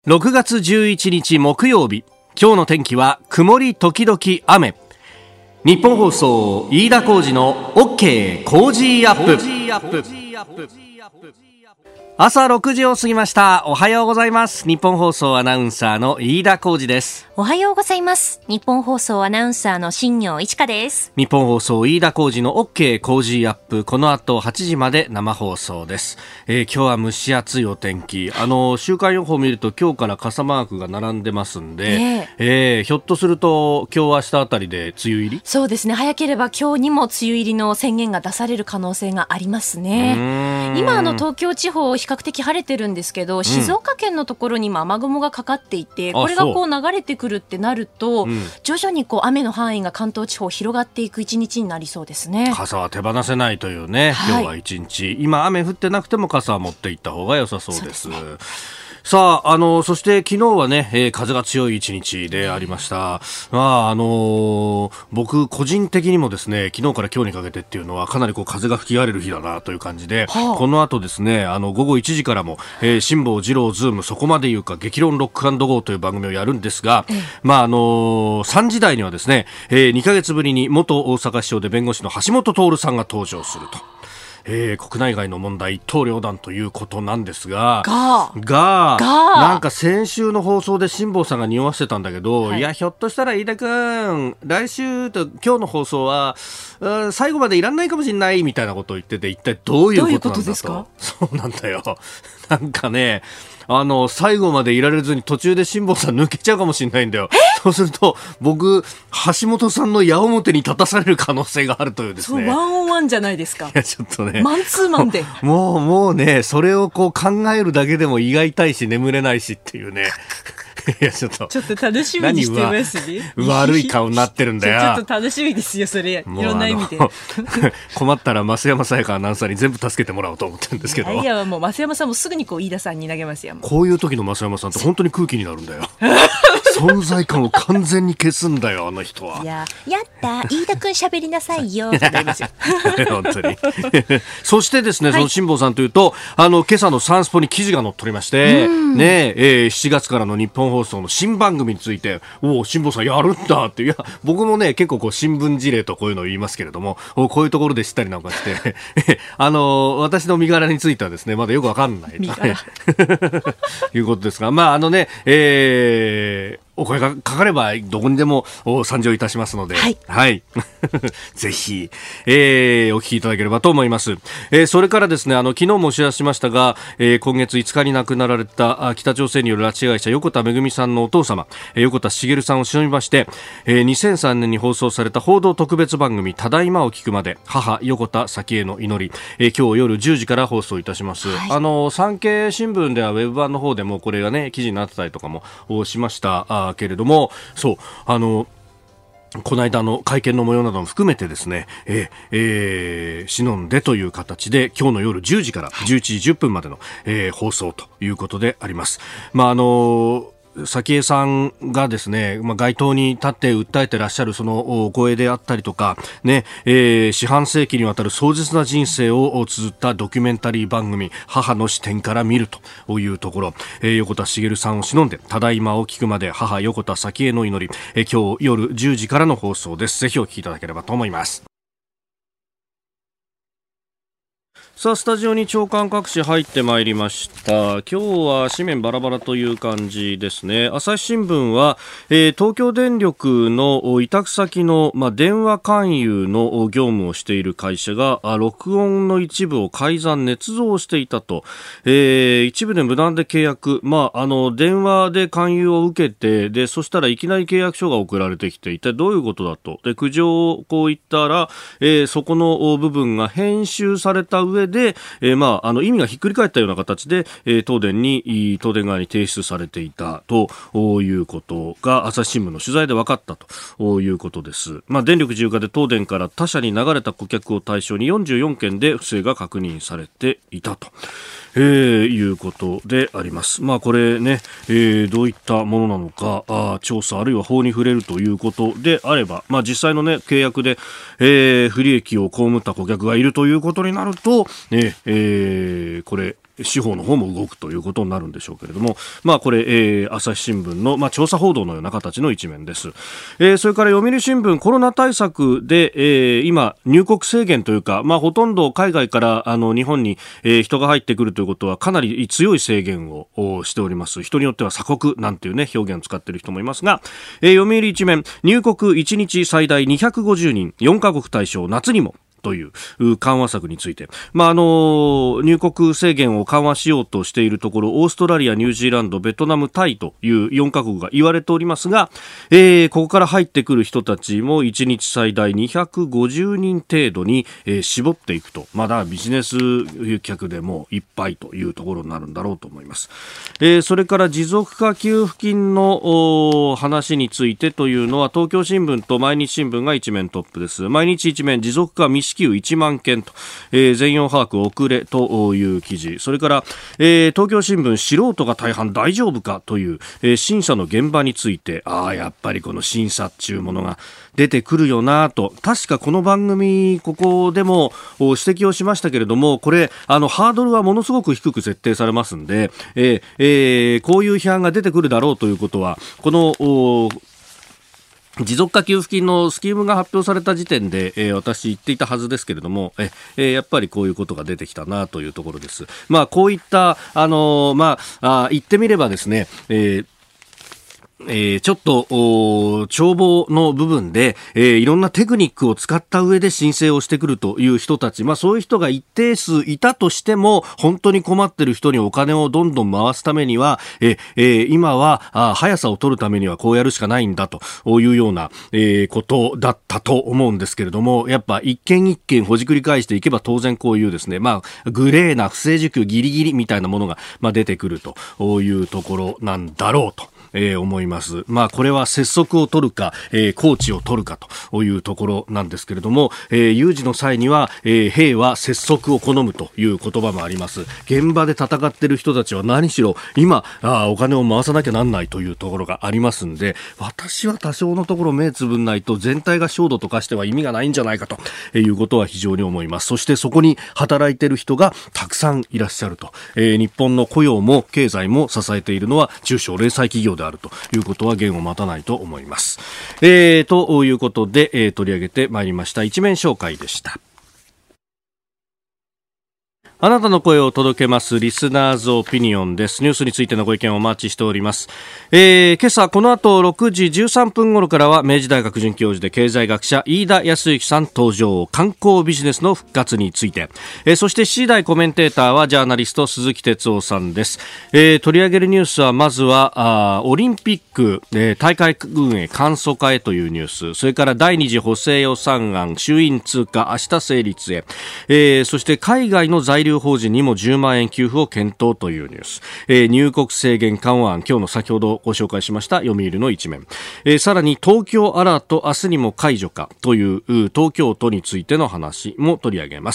6月11日木曜日、今日の天気は曇り時々雨。日本放送飯田浩司の OK コージーアップ。朝6時を過ぎました。おはようございます。日本放送アナウンサーの飯田浩司です。 おはようございます。日本放送アナウンサーの新業一華です。 日本放送飯田浩司の OK コージーアップ、この後8時まで生放送です。今日は蒸し暑いお天気。週間予報を見ると今日から傘マークが並んでますんで、ひょっとすると今日明日あたりで梅雨入り。 そうですね、早ければ今日にも梅雨入りの宣言が出される可能性がありますね。今東京地方比較的晴れてるんですけど、静岡県のところにも雨雲がかかっていて、これがこう流れてくるってなると、徐々にこう雨の範囲が関東地方広がっていく一日になりそうですね。 傘は手放せないというね、今日は一日、今雨降ってなくても傘は持っていった方が良さそうです。さあ、そして昨日はね、風が強い一日でありました。僕個人的にもですね、昨日から今日にかけてっていうのはかなりこう風が吹き荒れる日だなという感じで、この後ですね、午後1時からも、辛坊治郎ズームそこまで言うか激論ロック&ゴーという番組をやるんですが、3時台にはですね、2ヶ月ぶりに元大阪市長で弁護士の橋本徹さんが登場すると。国内外の問題一刀両断ということなんですが、なんか先週の放送で辛坊さんが匂わせてたんだけど、いやひょっとしたら飯田君来週と今日の放送は最後までいらんないかもしれないみたいなことを言ってて、一体どういうことなんだと。 ですか？ そうなんだよ。なんかね、最後までいられずに途中で辛坊さん抜けちゃうかもしれないんだよ。そうすると僕橋本さんの矢面に立たされる可能性があるというですね。 そう、ワンオンワンじゃないですか。 いやちょっとね、 マンツーマンでもうね、それをこう考えるだけでも胃が痛いし眠れないしっていうね。いやちょっと楽しみにしてますね。 悪い顔になってるんだよ。 ちょっと楽しみですよ、それ。いろんな意味で。 困ったら増山さやかアナウンサーに全部助けてもらおうと思ってるんですけど。 いやもう増山さんもすぐにこう飯田さんに投げますよ。 こういう時の増山さんって本当に空気になるんだよ。存在感を完全に消すんだよ、あの人は。 やった飯田くん喋りなさいよってなりますよ。 本当に。そしてですね、その辛坊さんというと、今朝のサンスポに記事が載っておりまして、7月からの日本放送の新番組について、辛坊さんやるんだって。いや僕もね結構こう新聞事例とこういうのを言いますけれども、こういうところで知ったりなんかして私の身柄についてはですねまだよくわかんないということですが、お声がかかればどこにでも参上いたしますので、はいぜひ、お聞きいただければと思います。それからですね、昨日もお知らせしましたが、今月5日に亡くなられた北朝鮮による拉致被害者横田めぐみさんのお父様、横田滋さんを偲びまして、2003年に放送された報道特別番組ただいまを聞くまで母横田早紀江の祈り、今日夜10時から放送いたします。産経新聞ではウェブ版の方でもこれがね記事になってたりとかもしましたけれども、そうこの間の会見の模様なども含めてですね、忍んでという形で今日の夜10時から11時10分までの、放送ということであります。早紀江さんがですね、街頭に立って訴えてらっしゃるそのお声であったりとか、ね、四半世紀にわたる壮絶な人生を綴ったドキュメンタリー番組母の視点から見るというところ、横田滋さんを偲んでただいまを聞くまで母横田早紀江の祈り、今日夜10時からの放送です。ぜひお聞きいただければと思います。さあスタジオに長官各紙入ってまいりました。今日は紙面バラバラという感じですね。朝日新聞は、東京電力の委託先の、電話勧誘の業務をしている会社が録音の一部を改ざん捏造していたと、一部で無断で契約、電話で勧誘を受けて、でそしたらいきなり契約書が送られてきて、一体どういうことだと、で苦情をこう言ったら、そこの部分が編集された上で意味がひっくり返ったような形で、東電側に提出されていたということが朝日新聞の取材で分かったということです。電力自由化で東電から他社に流れた顧客を対象に44件で不正が確認されていたということであります。これね、どういったものなのか調査あるいは法に触れるということであれば、実際のね契約で、不利益を被った顧客がいるということになると、これ司法の方も動くということになるんでしょうけれども、これ、朝日新聞の、調査報道のような形の一面です。それから読売新聞、コロナ対策で、今入国制限というか、ほとんど海外から日本に、人が入ってくるということはかなり強い制限をしております。人によっては鎖国なんていうね表現を使っている人もいますが、読売一面、入国1日最大250人4カ国対象夏にもという緩和策について、入国制限を緩和しようとしているところ、オーストラリア、ニュージーランド、ベトナム、タイという4カ国が言われておりますが、ここから入ってくる人たちも1日最大250人程度に、絞っていくと、まだビジネス客でもいっぱいというところになるんだろうと思います。それから持続化給付金の話についてというのは、東京新聞と毎日新聞が一面トップです。毎日一面、持続化未支給1万件と、全容把握遅れという記事。それから、東京新聞、素人が大半大丈夫かという、審査の現場について、やっぱりこの審査っていうものが出てくるよなと、確かこの番組ここでも指摘をしましたけれども、これハードルはものすごく低く設定されますんで、こういう批判が出てくるだろうということは、この持続化給付金のスキームが発表された時点で、私言っていたはずですけれども、やっぱりこういうことが出てきたなというところです。こういった言ってみればですね、ちょっと帳簿の部分で、いろんなテクニックを使った上で申請をしてくるという人たち、そういう人が一定数いたとしても、本当に困っている人にお金をどんどん回すためには、今は速さを取るためにはこうやるしかないんだというような、ことだったと思うんですけれども、やっぱ一件一件ほじくり返していけば当然こういうですね、グレーな不正受給ギリギリみたいなものが、出てくるというところなんだろうと思います。これは拙速を取るか、コーチを取るかというところなんですけれども、有事の際には、兵は拙速を好むという言葉もあります。現場で戦っている人たちは何しろ今お金を回さなきゃなんないというところがありますんで、私は多少のところ目つぶんないと全体が焦土とかしては意味がないんじゃないかということは非常に思います。そしてそこに働いている人がたくさんいらっしゃると、日本の雇用も経済も支えているのは中小零細企業であるということは言を待たないと思います。ということで、取り上げてまいりました一面紹介でした。あなたの声を届けますリスナーズオピニオンです。ニュースについてのご意見をお待ちしております。今朝この後6時13分頃からは明治大学准教授で経済学者飯田康之さん登場。観光ビジネスの復活について、そして7時台コメンテーターはジャーナリスト鈴木哲夫さんです。取り上げるニュースはまずはオリンピック、大会運営簡素化へというニュース、それから第二次補正予算案衆院通過明日成立へ、そして海外の在留法人にも10万円給付を検討というニュース、入国制限緩和案、今日の先ほどご紹介しました読売の一面、さらに東京アラート明日にも解除かという東京都についての話も取り上げます。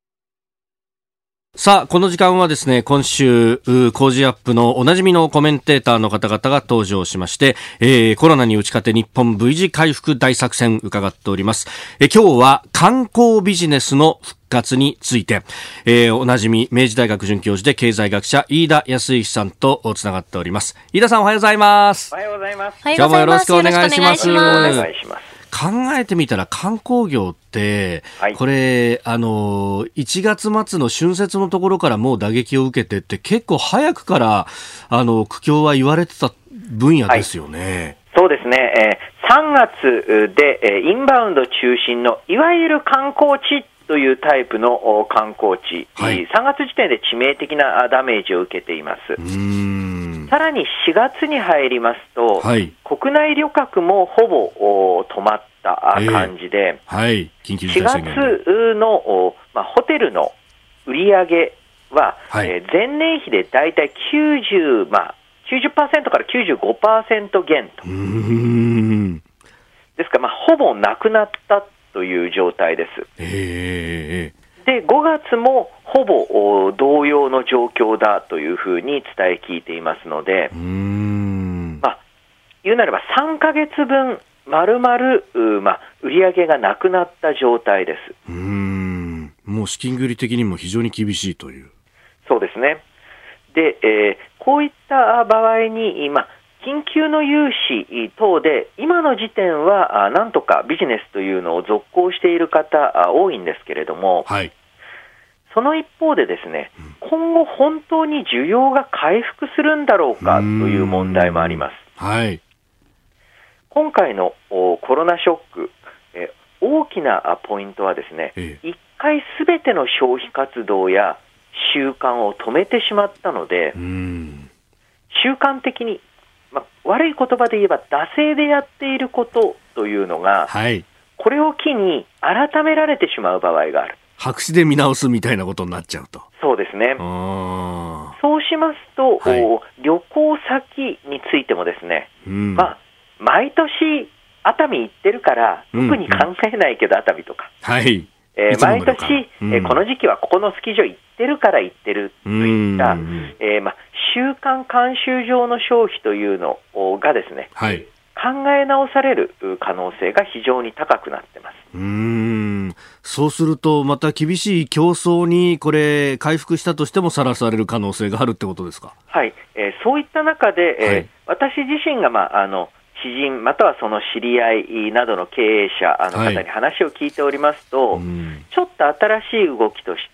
さあ、この時間はですね、今週工事アップのおなじみのコメンテーターの方々が登場しまして、コロナに打ち勝て日本 V 字回復大作戦伺っております。今日は観光ビジネスの復活について、おなじみ明治大学准教授で経済学者飯田康之さんとつながっております。飯田さん、おはようございます。 おはようございます。 今日もよろしくお願いします。 お願いします。 考えてみたら観光業って、これ1月末の春節のところからもう打撃を受けてって結構早くから苦境は言われてた分野ですよね。 そうですね、3月でインバウンド中心のいわゆる観光地というタイプの観光地、3月時点で致命的なダメージを受けています。さらに4月に入りますと、国内旅客もほぼ止まった感じで、 緊急事態宣言 4月の、ホテルの売り上げは、前年比でだいたい90%から 95% 減と。ですから、ほぼなくなったという状態です。で、5月もほぼ同様の状況だというふうに伝え聞いていますので、言うなれば3ヶ月分丸々、売り上げがなくなった状態です。 もう資金繰り的にも非常に厳しいという。 そうですね。で、こういった場合に、緊急の融資等で今の時点はなんとかビジネスというのを続行している方多いんですけれども、 はい、 その一方でですね、今後本当に需要が回復するんだろうかという問題もあります。 はい、 今回のコロナショック、大きなポイントはですね、一回すべての消費活動や習慣を止めてしまったので、習慣的に、悪い言葉で言えば惰性でやっていることというのが、はい、これを機に改められてしまう場合がある。 白紙で見直すみたいなことになっちゃうと。 そうですね。そうしますと、はい、旅行先についてもですね、毎年熱海行ってるから特に考えないけど、熱海とか、はい、毎年、この時期はここのスキー場行ってるから行ってるといった、習慣慣習上の消費というのがですね、はい、考え直される可能性が非常に高くなってます。 そうするとまた厳しい競争にこれ回復したとしてもさらされる可能性があるってことですか。 はい、そういった中で、私自身が、知人またはその知り合いなどの経営者の方に話を聞いておりますと、ちょっと新しい動きとして、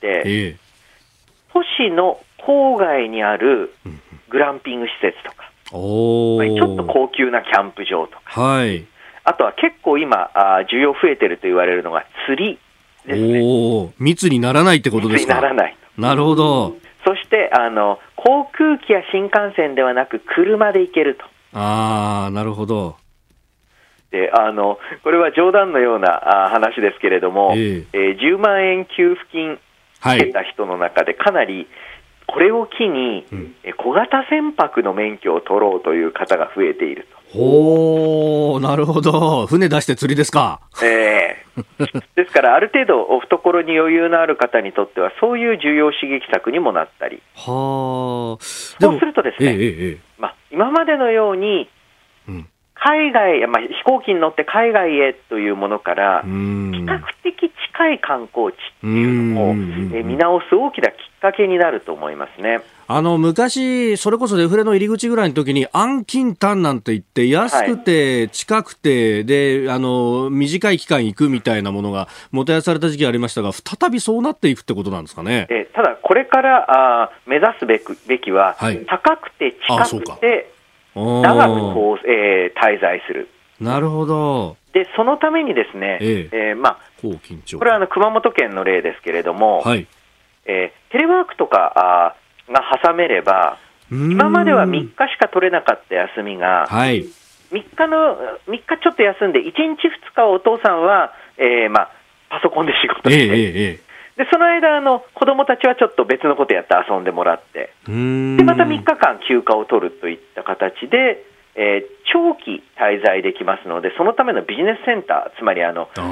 都市の郊外にあるグランピング施設とか、ちょっと高級なキャンプ場とか、はい、あとは結構今需要増えてると言われるのが釣りですね。 密にならないってことですか。 密にならない。なるほど。 そして航空機や新幹線ではなく車で行けると。 なるほど。 でこれは冗談のような話ですけれども、10万円給付金受けた人の中でかなりこれを機に、小型船舶の免許を取ろうという方が増えていると。なるほど。船出して釣りですか。 ですからある程度懐に余裕のある方にとってはそういう需要刺激策にもなったり。そうするとですね、今までのように、海外、飛行機に乗って海外へというものから比較的近い観光地っていうのを見直す大きなきっかけになると思いますね。 昔それこそデフレの入り口ぐらいの時に安近短なんて言って安くて近くて、で短い期間行くみたいなものがもたやされた時期ありましたが、再びそうなっていくってことなんですかね。 ただこれから目指すべきは、高くて近くて長く滞在する。 なるほど。 でそのためにですね、これは熊本県の例ですけれども、テレワークとかが挟めれば、今までは3日しか取れなかった休みが、3日ちょっと休んで1日2日お父さんは、パソコンで仕事して、でその間子どもたちはちょっと別のことやって遊んでもらって、でまた3日間休暇を取るといった形で、長期滞在できますので、そのためのビジネスセンター、つまり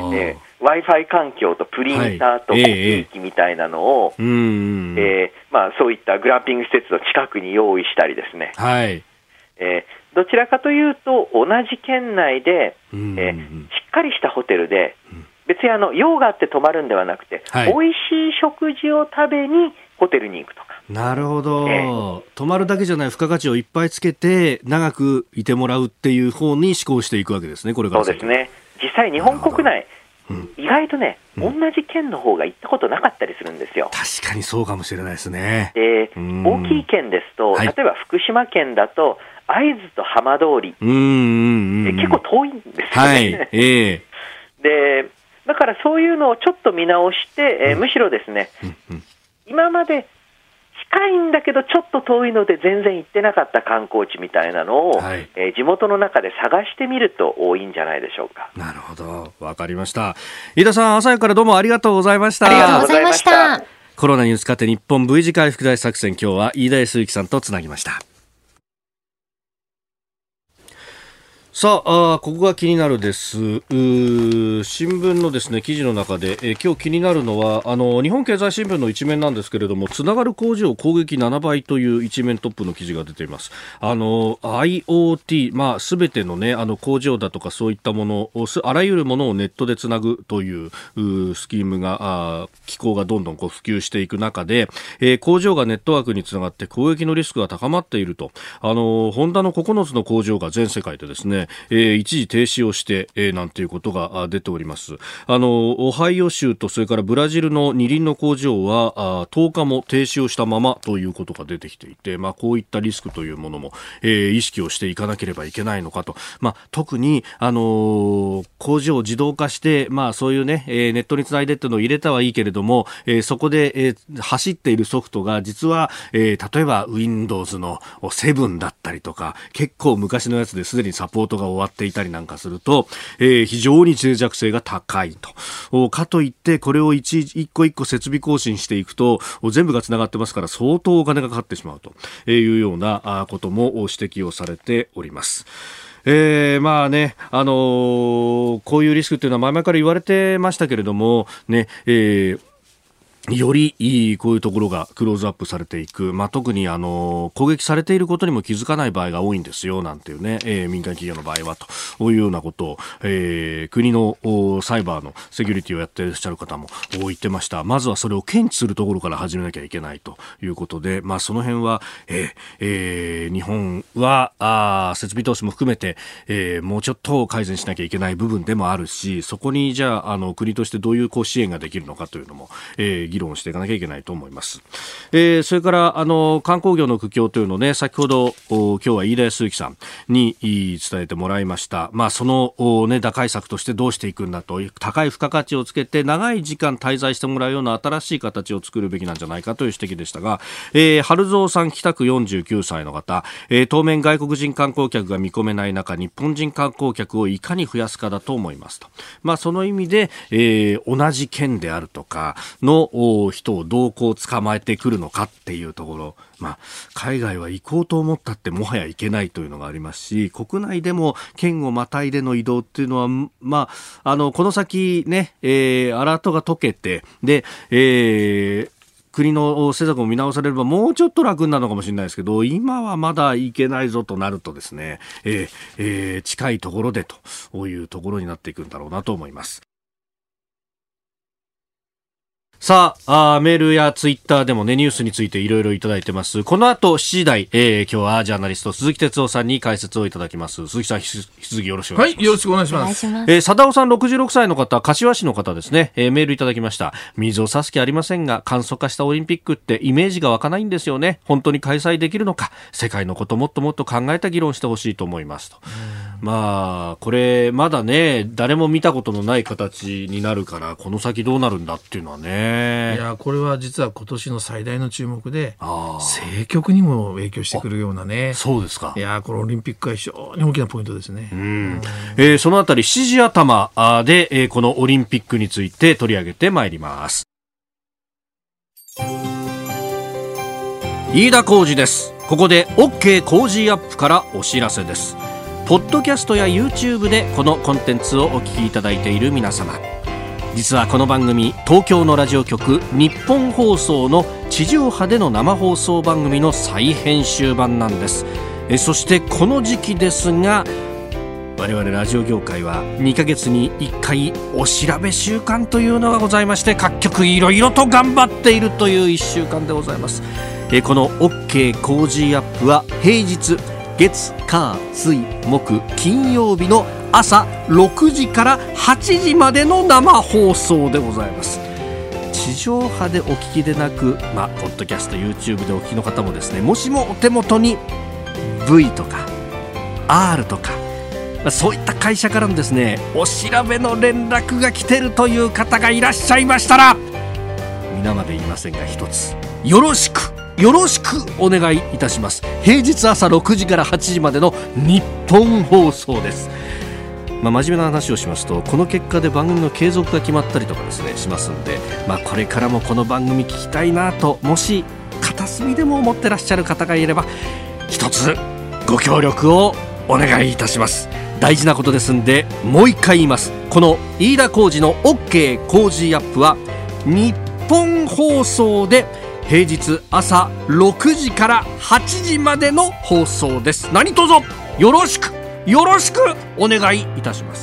Wi-Fi 環境とプリンターとコピー機みたいなのを、そういったグランピング施設の近くに用意したりですね、どちらかというと同じ県内で、しっかりしたホテルで、別に用があって泊まるんではなくて、美味しい食事を食べにホテルに行くとか。 なるほど、泊まるだけじゃない付加価値をいっぱいつけて長くいてもらうっていう方に思考していくわけですね、これから。 そうですね。実際日本国内、意外とね、同じ県の方が行ったことなかったりするんですよ。 確かにそうかもしれないですね。 大きい県ですと、例えば福島県だと会津と浜通り、結構遠いんですよね。でだからそういうのをちょっと見直して、むしろですね、今まで近いんだけどちょっと遠いので全然行ってなかった観光地みたいなのを、地元の中で探してみるといいんじゃないでしょうか。 なるほど、わかりました。飯田さん、朝早くからどうもありがとうございました。 ありがとうございました。 コロナに打ち勝て日本 V 字回復大作戦、今日は飯田康之さんとつなぎました。 さあ、ここが気になるです。新聞のですね記事の中で、今日気になるのは日本経済新聞の一面なんですけれども、つながる工場攻撃7倍という一面トップの記事が出ています。IoT、すべてのね工場だとかそういったものをあらゆるものをネットでつなぐというスキームが機構がどんどん普及していく中で、工場がネットワークにつながって攻撃のリスクが高まっていると、ホンダの9つの工場が全世界でですね、一時停止をして、なんていうことが出ております。オハイオ州とそれからブラジルの二輪の工場は10日も停止をしたままということが出てきていて、こういったリスクというものも、意識をしていかなければいけないのかと、特に、工場を自動化して、そういうね、ネットにつないでっていうのを入れたはいいけれども、そこで、走っているソフトが実は、例えば Windows の7だったりとか、結構昔のやつですでにサポートが終わっていたりなんかすると、非常に脆弱性が高いと。かといってこれを一個一個設備更新していくと全部がつながってますから相当お金がかかってしまうというようなことも指摘をされております。こういうリスクというのは前々から言われてましたけれどもね、よりこういうところがクローズアップされていく、特に攻撃されていることにも気づかない場合が多いんですよなんていうね、民間企業の場合はというようなことを、国のサイバーのセキュリティをやっていらっしゃる方も言ってました。まずはそれを検知するところから始めなきゃいけないということで、その辺は、日本は設備投資も含めて、もうちょっと改善しなきゃいけない部分でもあるし、そこにじゃあ国としてどういう支援ができるのかというのも、議論していかなきゃいけないと思います。それから観光業の苦境というのをね、先ほど今日は飯田康之さんに伝えてもらいました。その打開策としてどうしていくんだと、高い付加価値をつけて長い時間滞在してもらうような新しい形を作るべきなんじゃないかという指摘でしたが、春蔵さん北区49歳の方、当面外国人観光客が見込めない中、日本人観光客をいかに増やすかだと思いますと。その意味で、同じ県であるとかの人をどう捕まえてくるのかっていうところ、海外は行こうと思ったってもはや行けないというのがありますし、国内でも県をまたいでの移動っていうのは、この先ね、アラートが解けて、で、国の施策を見直されればもうちょっと楽になるのかもしれないですけど、今はまだ行けないぞとなるとですね、近いところでというところになっていくんだろうなと思います。さあ、メールやツイッターでもね、ニュースについていろいろいただいてます。この後7時台、今日はジャーナリスト鈴木哲夫さんに解説をいただきます。鈴木さん、引き続きよろしくお願いします。 はい、よろしくお願いします。 貞夫さん66歳の方、柏市の方ですね、メールいただきました。水を差す気ありませんが、簡素化したオリンピックってイメージが湧かないんですよね。本当に開催できるのか、世界のこともっともっと考えた議論してほしいと思いますと。これまだね、誰も見たことのない形になるから、この先どうなるんだっていうのはね。 いや、これは実は今年の最大の注目で、政局にも影響してくるようなね。 そうですか。 いや、このオリンピックは非常に大きなポイントですね。 そのあたり7時頭で、このオリンピックについて取り上げてまいります。飯田浩司です。ここで OK 工事アップからお知らせです。ポッドキャストや YouTube でこのコンテンツをお聞きいただいている皆様、実はこの番組、東京のラジオ局日本放送の地上波での生放送番組の再編集版なんです。そしてこの時期ですが、我々ラジオ業界は2ヶ月に1回お調べ週間というのがございまして、各局いろいろと頑張っているという1週間でございます。この OK 工事アップは平日月火水木金曜日の朝6時から8時までの生放送でございます。地上波でお聞きでなく、ポッドキャスト YouTube でお聞きの方もですね、もしもお手元に V とか R とか、そういった会社からのですね、お調べの連絡が来てるという方がいらっしゃいましたら、皆まで言いませんが一つよろしくお願いいたします。平日朝6時から8時までの日本放送です。真面目な話をしますと、この結果で番組の継続が決まったりとかですねしますんで、これからもこの番組聞きたいなと、もし片隅でも思ってらっしゃる方がいれば、一つご協力をお願いいたします。 大事なことですんでもう一回言います。この飯田浩司の OK 工事アップは日本放送で平日朝6時から8時までの放送です。何卒よろしくお願いいたします。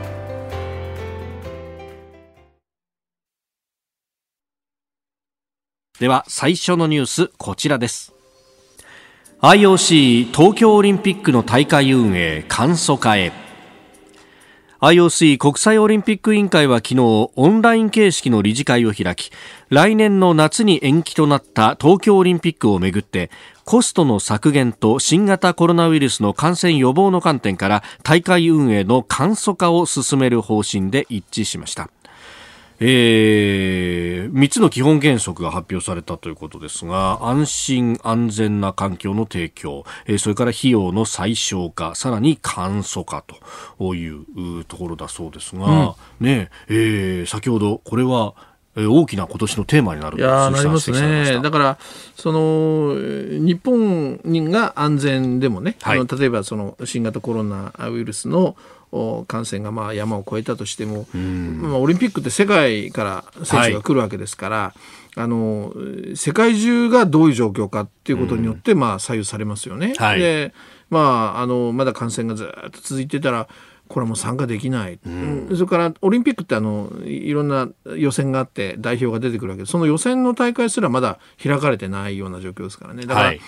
では最初のニュース、こちらです。 IOC 東京オリンピックの大会運営簡素化へ。 IOC 国際オリンピック委員会は昨日オンライン形式の理事会を開き、来年の夏に延期となった東京オリンピックをめぐってコストの削減と新型コロナウイルスの感染予防の観点から大会運営の簡素化を進める方針で一致しました。3つの基本原則が発表されたということですが、安心安全な環境の提供、それから費用の最小化、さらに簡素化というところだそうですが、先ほどこれは大きな今年のテーマになるとなりますね。だからその日本が安全でもね、例えばその新型コロナウイルスの感染が山を越えたとしても、オリンピックって世界から選手が来るわけですから、世界中がどういう状況かっていうことによって左右されますよね。で、まだ感染がずっと続いてたらこれはもう参加できない、それからオリンピックっていろんな予選があって代表が出てくるわけで、その予選の大会すらまだ開かれてないような状況ですからね。だから、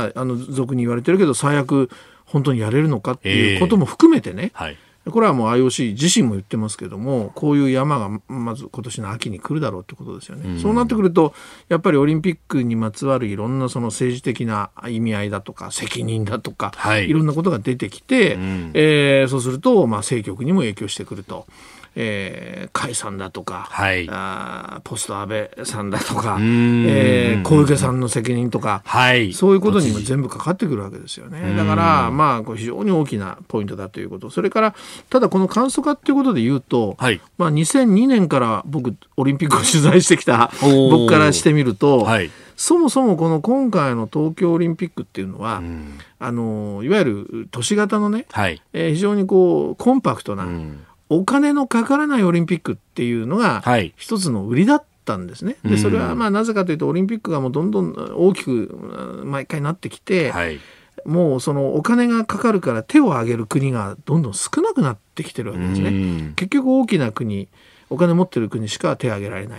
俗に言われてるけど最悪本当にやれるのかっていうことも含めてね、これはもう IOC 自身も言ってますけども、こういう山がまず今年の秋に来るだろうってことですよね。そうなってくるとやっぱりオリンピックにまつわるいろんなその政治的な意味合いだとか責任だとか、いろんなことが出てきて、そうすると政局にも影響してくると。解散だとか、ポスト安倍さんだとか、小池さんの責任とか、そういうことにも全部かかってくるわけですよね。だからこれ非常に大きなポイントだということ。それからただこの簡素化ということで言うと、2002年から僕オリンピックを取材してきた僕からしてみると、そもそもこの今回の東京オリンピックっていうのは、いわゆる都市型のね、非常にコンパクトな、お金のかからないオリンピックっていうのが一つの売りだったんですね。でそれはなぜかというとオリンピックがもうどんどん大きく毎回なってきて、もうそのお金がかかるから手を挙げる国がどんどん少なくなってきてるわけですね。結局大きな国、お金持ってる国しか手を挙げられない、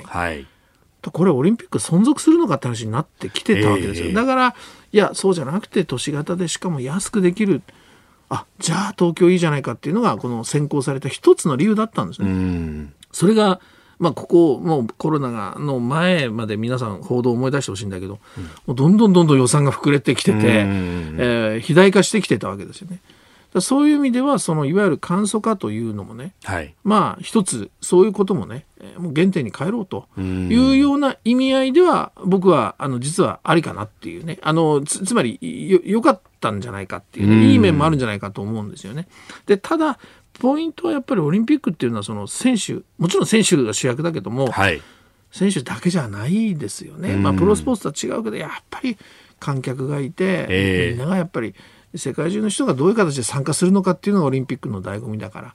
これオリンピック存続するのかって話になってきてたわけですよ。だからいやそうじゃなくて都市型でしかも安くできる、じゃあ東京いいじゃないかっていうのがこの選考された一つの理由だったんですね。それがここもうコロナの前まで皆さん報道を思い出してほしいんだけど、もうどんどん予算が膨れてきてて、肥大化してきてたわけですよね。そういう意味ではそのいわゆる簡素化というのもね、一つそういうこともね、もう原点に帰ろうというような意味合いでは僕は実はありかなっていうね、つまり良かったんじゃないかっていう、いい面もあるんじゃないかと思うんですよね。でただポイントはやっぱりオリンピックっていうのはその選手、もちろん選手が主役だけども、選手だけじゃないですよね。プロスポーツとは違うけどやっぱり観客がいて、みんながやっぱり世界中の人がどういう形で参加するのかっていうのがオリンピックの醍醐味だから、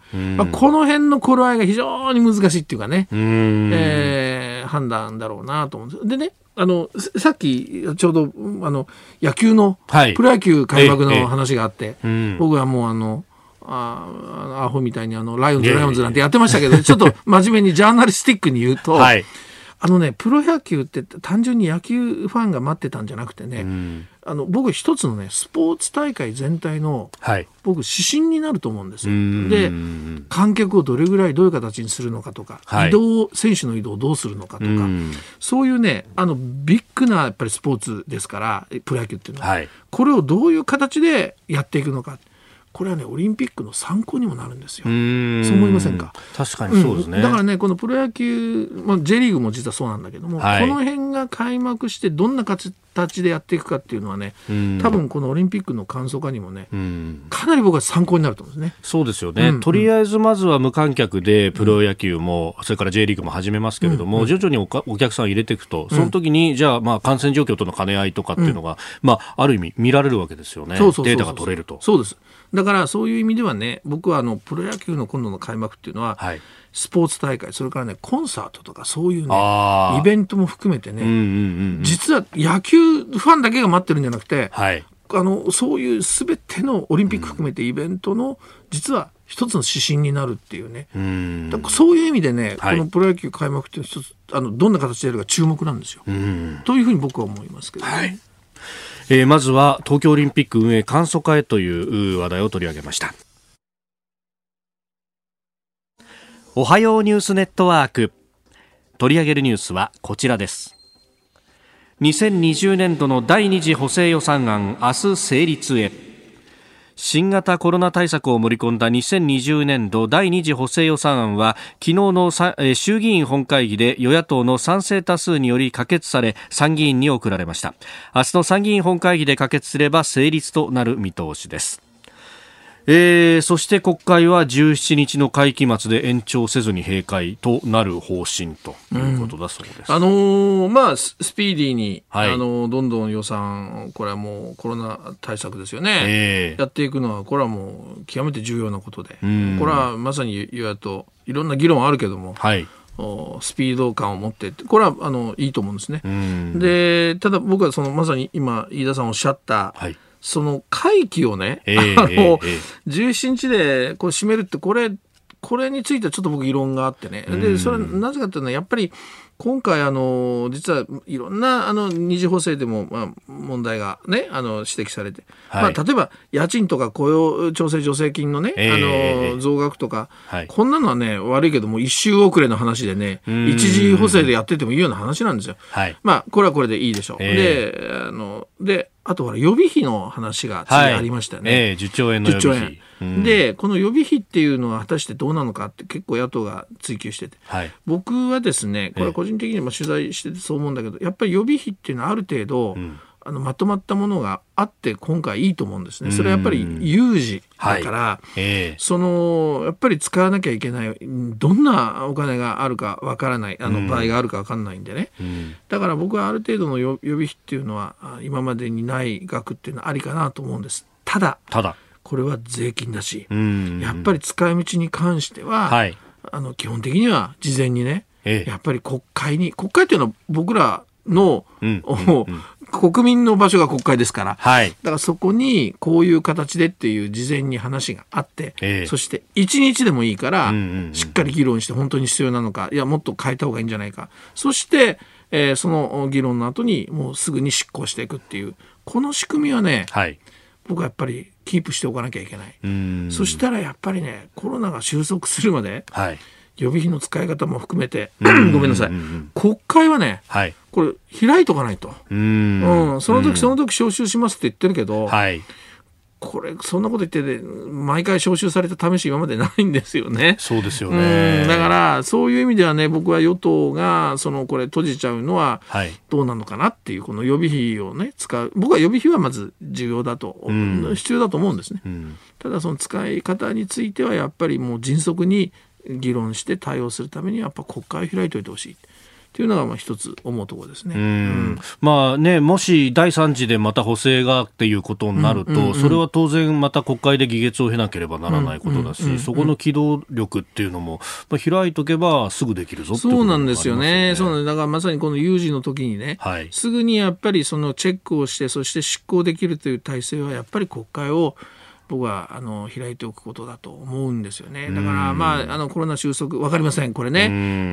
この辺の頃合いが非常に難しいっていうかね、判断だろうなと思うんです。でね、さっきちょうど野球の、プロ野球開幕の話があって、僕はもうアホみたいにライオンズなんてやってましたけど、ちょっと真面目にジャーナリスティックに言うと、プロ野球って単純に野球ファンが待ってたんじゃなくてね、僕一つのねスポーツ大会全体の、僕指針になると思うんですよ。で観客をどれぐらいどういう形にするのかとか、選手の移動をどうするのかとか、そういうねビッグなやっぱりスポーツですからプロ野球っていうのは、これをどういう形でやっていくのか、これはねオリンピックの参考にもなるんですよ。そう思いませんか？ 確かにそうですね。 だからねこのプロ野球、J リーグも実はそうなんだけども、この辺が開幕してどんな形でやっていくかっていうのはね、多分このオリンピックの簡素化にもね、かなり僕は参考になると思うんですね。 そうですよね。とりあえずまずは無観客でプロ野球も、それから J リーグも始めますけれども、徐々にお客さん入れていくと、その時にじゃあ感染状況との兼ね合いとかっていうのが、ある意味見られるわけですよね。データが取れると。 そうです。だだからそういう意味ではね、僕はプロ野球の今度の開幕っていうのは、はい、スポーツ大会、それからねコンサートとかそういうねイベントも含めてね、実は野球ファンだけが待ってるんじゃなくて、はい、そういう全てのオリンピック含めてイベントの実は一つの指針になるっていうね、だからそういう意味でね、はい、このプロ野球開幕っていうのは一つどんな形でやるか注目なんですよ、というふうに僕は思いますけどね。はい、 まずは東京オリンピック運営簡素化へという話題を取り上げました。おはようニュースネットワーク、取り上げるニュースはこちらです。2020年度の第2次補正予算案、明日成立へ。新型コロナ対策を盛り込んだ2020年度第2次補正予算案は昨日の衆議院本会議で与野党の賛成多数により可決され参議院に送られました。明日の参議院本会議で可決すれば成立となる見通しです。そして国会は17日の会期末で延長せずに閉会となる方針ということだそうです。 スピーディーに、はい、どんどん予算、これはもうコロナ対策ですよね、やっていくのはこれはもう極めて重要なことで、これはまさに与野党いろんな議論あるけども、はい、スピード感を持ってこれはいいと思うんですね。でただ僕はまさに今飯田さんおっしゃった、はい、その会期をね、17日でこう締めるってこれについてはちょっと僕異論があってね。でそれはなぜかというのはやっぱり今回実はいろんな二次補正でも、問題がね指摘されて、はい、例えば家賃とか雇用調整助成金のね、増額とか、はい、こんなのはね悪いけども一周遅れの話でね、一次補正でやっててもいいような話なんですよ。はい、これはこれでいいでしょう。であとは予備費の話が次ありましたよね。 10兆円の予備費。 でこの予備費っていうのは果たしてどうなのかって結構野党が追及してて、はい、僕はですねこれは個人的にも取材しててそう思うんだけど、やっぱり予備費っていうのはある程度、まとまったものがあって今回いいと思うんですね。それはやっぱり有事だから、はい、やっぱり使わなきゃいけない、どんなお金があるかわからない場合があるかわかんないんでね、だから僕はある程度の予備費っていうのは今までにない額っていうのはありかなと思うんです。ただこれは税金だし、やっぱり使い道に関しては、はい、基本的には事前にね、やっぱり国会っていうのは僕らの、国民の場所が国会ですから、はい、だからそこにこういう形でっていう事前に話があって、そして1日でもいいから、しっかり議論して本当に必要なのか、いやもっと変えた方がいいんじゃないか、そして、その議論の後にもうすぐに執行していくっていうこの仕組みはね、はい、僕はやっぱりキープしておかなきゃいけない。そしたらやっぱりねコロナが収束するまで、はい、予備費の使い方も含めてごめんなさい、国会はね、はい、これ開いとかないと、その時招集しますって言ってるけど、はい、これそんなこと言ってて毎回招集された試し今までないんですよね。 そうですよね。 だからそういう意味ではね、僕は与党がこれ閉じちゃうのはどうなのかなっていう、この予備費をね使う、僕は予備費はまず重要だと、必要だと思うんですね。ただその使い方についてはやっぱりもう迅速に議論して対応するためにはやっぱ国会を開いておいてほしいっていうのが一つ思うところですね。 もし第3次でまた補正がっていうことになると、それは当然また国会で議決を経なければならないことだし、そこの機動力っていうのも、開いとけばすぐできるぞっていうことがありますよね。 そうなんですよね。だからまさにこの有事の時にね、はい、すぐにやっぱりそのチェックをしてそして執行できるという体制はやっぱり国会を僕は開いておくことだと思うんですよね。だからコロナ収束分かりませんこれね。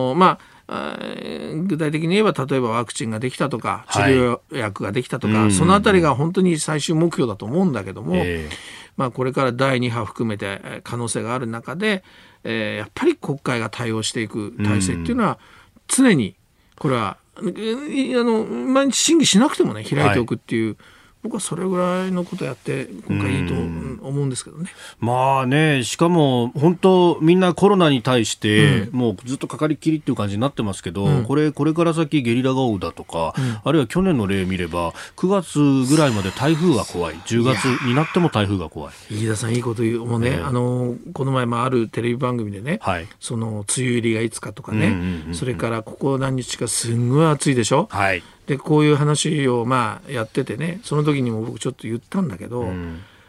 具体的に言えば例えばワクチンができたとか治療薬ができたとか、はい、そのあたりが本当に最終目標だと思うんだけども、これから第2波含めて可能性がある中で、やっぱり国会が対応していく体制っていうのは常にこれは毎日審議しなくてもね開いておくっていう、はい、僕はそれぐらいのことやって今回いいと思うんですけどね。 しかも本当みんなコロナに対して、もうずっとかかりっきりっていう感じになってますけど、これから先ゲリラ豪雨だとか、あるいは去年の例見れば9月ぐらいまで台風が怖い、10月になっても台風が怖い。 飯田さんいいこと言う。もうね、この前もあるテレビ番組でね、はい、その梅雨入りがいつかとかね、それからここ何日かすんごい暑いでしょ、はい、でこういう話をやっててね、その時にも僕ちょっと言ったんだけど、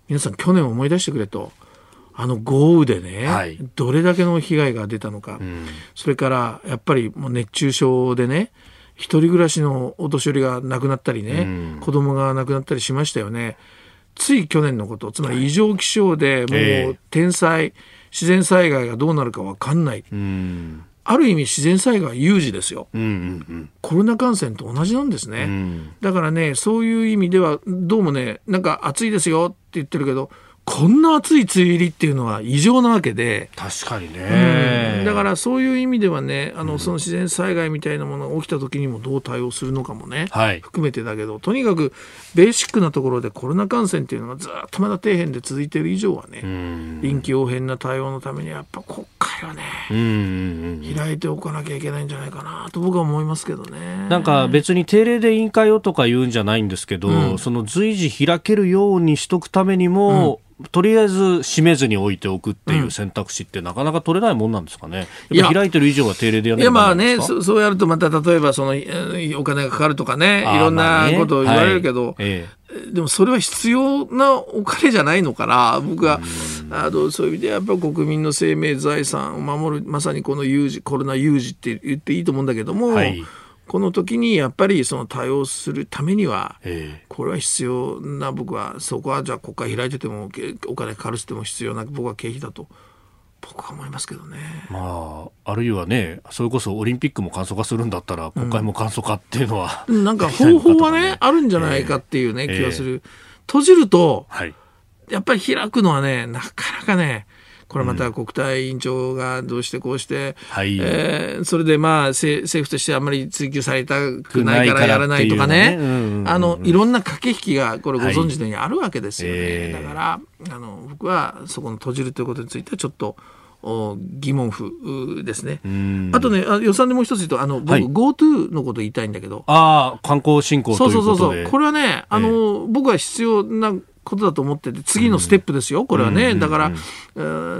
皆さん去年思い出してくれと、豪雨でね、はい、どれだけの被害が出たのか、それからやっぱりもう熱中症でね、一人暮らしのお年寄りが亡くなったりね、子供が亡くなったりしましたよね。つい去年のこと、つまり異常気象でもう天災、自然災害がどうなるか分かんない、ある意味自然災害は有事ですよ、コロナ感染と同じなんですね、だからね、そういう意味ではどうもね、なんか暑いですよって言ってるけど、こんな暑い梅雨入りっていうのは異常なわけで、 確かにね、 だからそういう意味ではね、その自然災害みたいなものが起きた時にもどう対応するのかもね、はい、含めてだけど、とにかくベーシックなところでコロナ感染っていうのがずっとまだ底辺で続いている以上はね、臨機応変な対応のためにはやっぱ国会はね、開いておかなきゃいけないんじゃないかなと僕は思いますけどね。 なんか別に定例で委員会をとか言うんじゃないんですけど、その随時開けるようにしとくためにも、とりあえず閉めずに置いておくっていう選択肢ってなかなか取れないもんなんですかね。やっぱ開いてる以上は定例でやらないといけないんですか。 いや、まあね、そうやるとまた例えばそのお金がかかるとかね、いろんなことを言われるけど、でもそれは必要なお金じゃないのかな。僕はそういう意味でやっぱり国民の生命財産を守る、まさにこの有事、コロナ有事って言っていいと思うんだけども、この時にやっぱりその対応するためには、これは必要な、僕はそこはじゃあ国会開いててもお金かかるっても必要な、僕は経費だと僕は思いますけどね。 あるいはね、それこそオリンピックも簡素化するんだったら国会も簡素化っていうのは、 なんか方法はねあるんじゃないかっていうね、気がする。閉じると、やっぱり開くのはね、なかなかね、これまた国対委員長がどうしてこうして、それでまあ政府としてあんまり追及されたくないからやらないとかね、いろんな駆け引きがこれご存知のようにあるわけですよね。だから僕はそこの閉じるということについてはちょっと疑問符ですね。あとね、予算でもう一つ言うと僕、GoTo のこと言いたいんだけど、 観光振興ということで、 これはね、僕は必要なことだと思ってて、次のステップですよ、これはね。だから、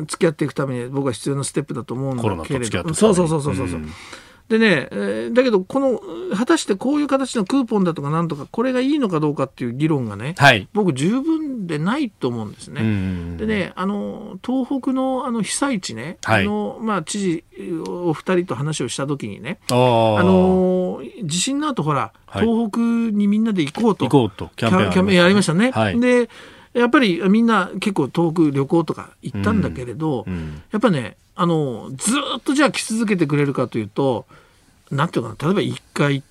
付き合っていくために僕は必要なステップだと思うんだけれど、コロナと付き合っていくために。そうでね、だけど果たしてこういう形のクーポンだとかなんとか、これがいいのかどうかっていう議論がね、僕十分でないと思うんですね。でね、東北の被災地ね、知事お二人と話をしたときにね、地震の後ほら、東北にみんなで行こうとキャンペーンやりましたね。でやっぱりみんな結構遠く旅行とか行ったんだけれど、やっぱね、ずっとじゃあ来続けてくれるかというと、なんていうかな、例えば1回行って、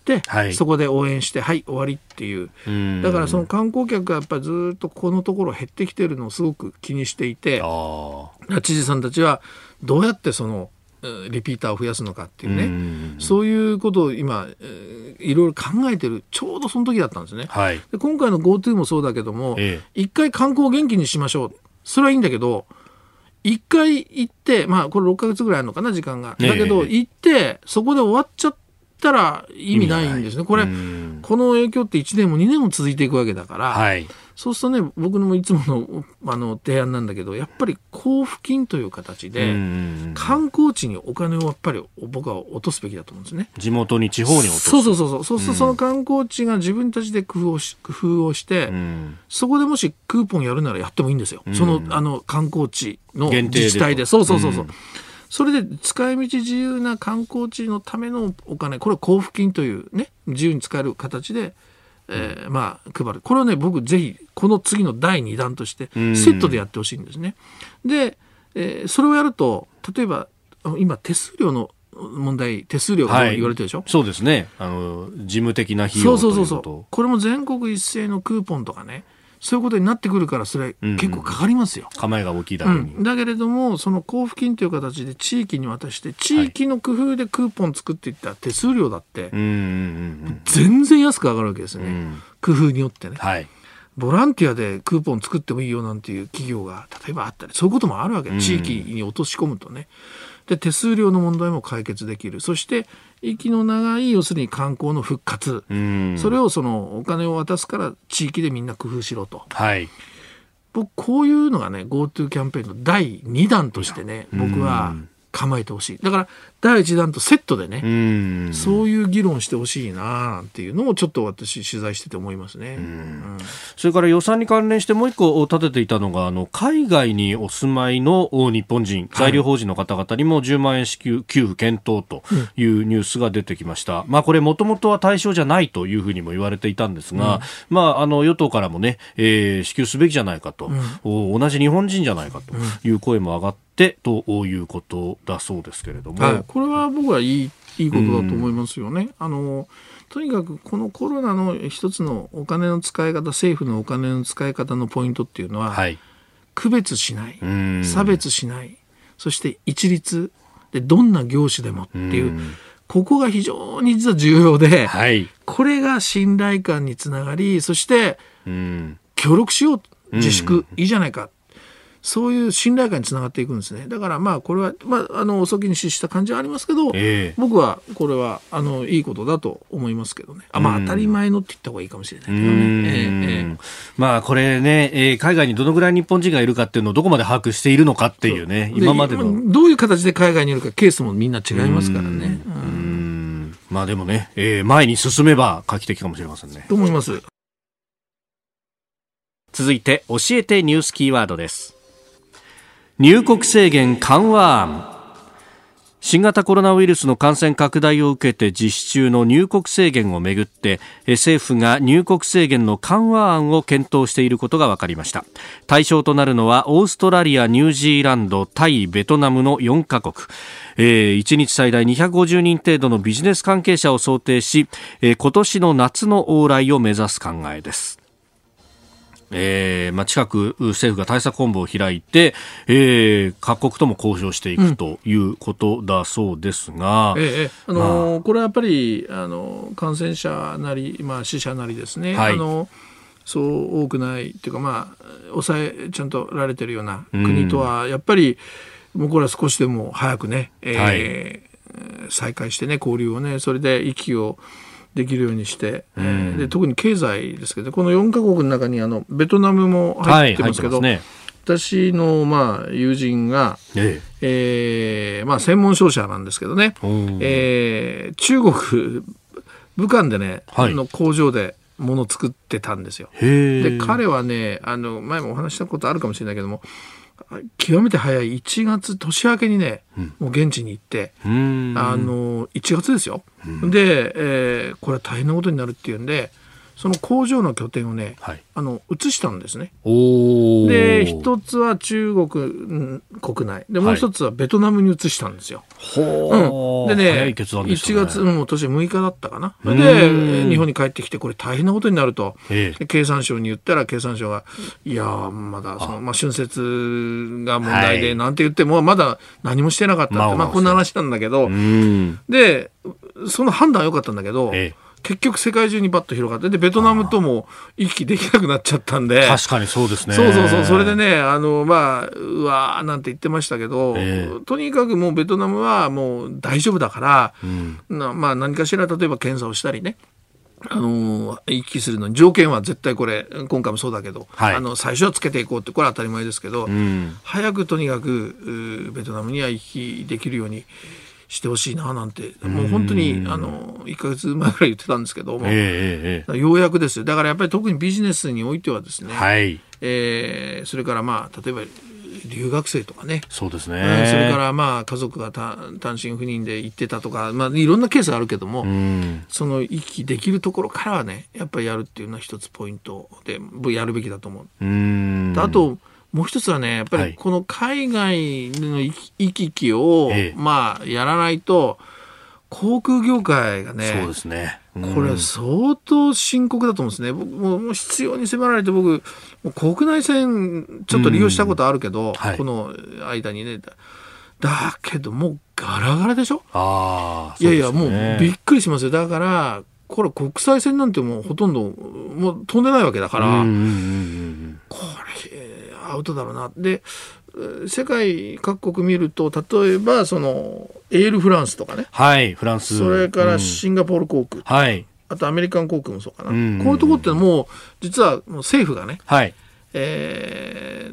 そこで応援して終わりっていう、だからその観光客がやっぱりずっとこのところ減ってきてるのをすごく気にしていて、知事さんたちはどうやってそのリピーターを増やすのかっていうね、そういうことを今いろいろ考えてるちょうどその時だったんですね。で今回の GoTo もそうだけども、一回観光を元気にしましょう、それはいいんだけど、一回行って、これ6ヶ月ぐらいあるのかな、時間が。だけど行ってそこで終わっちゃったら意味ないんですね。この影響って1年も2年も続いていくわけだから、そうするとね、僕のいつもの提案なんだけど、やっぱり交付金という形で観光地にお金をやっぱり僕は落とすべきだと思うんですね。 地元に地方に落とす。 そうするとその観光地が自分たちで工夫をして、そこでもしクーポンやるならやってもいいんですよ。その観光地の自治体で。それで使い道自由な観光地のためのお金、これは交付金というね、自由に使える形で配る。これはね、僕ぜひこの次の第2弾としてセットでやってほしいんですね。で、それをやると、例えば今手数料の問題、手数料が言われてるでしょ。 そうですね、事務的な費用ということ。 これも全国一斉のクーポンとかね、そういうことになってくるから、それ結構かかりますよ。 構えが大きいだけに。 だけれども、その交付金という形で地域に渡して、地域の工夫でクーポン作っていったら手数料だって全然安く上がるわけですよね。工夫によってね。ボランティアでクーポン作ってもいいよなんていう企業が例えばあったり、そういうこともあるわけ。地域に落とし込むとね。で手数料の問題も解決できる。そして息の長い、要するに観光の復活、それをそのお金を渡すから地域でみんな工夫しろと、僕こういうのがね GoTo キャンペーンの第2弾としてね、僕は構えてほしい。だから第一弾とセットでね、そういう議論してほしいなっていうのをちょっと私取材してて思いますね。 それから予算に関連してもう一個立てていたのが海外にお住まいの日本人在留邦人の方々にも10万円支給給付検討というニュースが出てきました。これもともとは対象じゃないというふうにも言われていたんですが、与党からもね、支給すべきじゃないかと、同じ日本人じゃないかという声も上がってということだそうですけれども、 これは僕はいいことだと思いますよね。とにかくこのコロナの一つのお金の使い方、政府のお金の使い方のポイントっていうのは、区別しない、差別しない、そして一律でどんな業種でもっていう、ここが非常に実は重要で、これが信頼感につながり、そして協力しよう、自粛いいじゃないか、そういう信頼感につながっていくんですね。だからこれは、遅きに失した感じはありますけど、僕はこれはいいことだと思いますけどね。当たり前のって言った方がいいかもしれないけどね。 これね、海外にどのぐらい日本人がいるかっていうのをどこまで把握しているのかっていうね、今までのどういう形で海外にいるかケースもみんな違いますからね。 でもね、前に進めば画期的かもしれませんね。 と思います。 続いて教えてニュースキーワードです。入国制限緩和案。新型コロナウイルスの感染拡大を受けて実施中の入国制限をめぐって、政府が入国制限の緩和案を検討していることが分かりました。対象となるのはオーストラリア、ニュージーランド、タイ、ベトナムの4カ国。1日最大250人程度のビジネス関係者を想定し、今年の夏の往来を目指す考えです。近く政府が対策本部を開いて、各国とも交渉していくということだそうですが、 これはやっぱり感染者なり、死者なりですね、そう多くないというか、抑えちゃんとられているような国とはやっぱりもうこれは少しでも早くね、再開してね、交流をね、それで息をできるようにして、で特に経済ですけど、この4カ国の中にベトナムも入ってますけど、私の友人が、専門商社なんですけどね、中国武漢でね、の工場で物を作ってたんですよ。で彼はね、前もお話したことあるかもしれないけども、極めて早い1月年明けにね、もう現地に行って1月ですよ、で、これは大変なことになるっていうんで、その工場の拠点をね、移したんですね。で一つは中国、国内で、もう一つはベトナムに移したんですよ。でね、1月も年6日だったかな。で日本に帰ってきて、これ大変なことになると、経産省に言ったら、経産省がいやまだ春節が問題でなんて言ってもまだ何もしてなかったって、こんな話なんだけど、でその判断は良かったんだけど、結局世界中にバッと広がって、でベトナムとも行き来できなくなっちゃったんで。 確かにそうですね。 それでね、うわーなんて言ってましたけど、とにかくもうベトナムはもう大丈夫だから、何かしら例えば検査をしたりね、行き来するのに条件は絶対これ今回もそうだけど、最初はつけていこうって、これは当たり前ですけど、早くとにかくベトナムには行き来できるようにしてほしいななんて、もう本当に1ヶ月前くらい言ってたんですけども、ようやくですよ。だからやっぱり特にビジネスにおいてはですね、それから例えば留学生とかね、 そうですね、 それから家族が単身赴任で行ってたとか、いろんなケースがあるけども、その行き来できるところからはね、やっぱりやるっていうのは一つポイントでやるべきだと思う。あともう一つはね、やっぱりこの海外の行き来を、やらないと航空業界がね、 そうですね、 これは相当深刻だと思うんですね。僕もう必要に迫られて、僕国内線ちょっと利用したことあるけど、この間にね、だけどもうガラガラでしょ。いやいや、もうびっくりしますよ。だからこれ国際線なんてもうほとんどもう飛んでないわけだから、これアウトだろうな。で世界各国見ると、例えばそのエールフランスとかね、 フランス、 それからシンガポール航空、あとアメリカン航空もそうかな、こういうところってもう実はもう政府がね、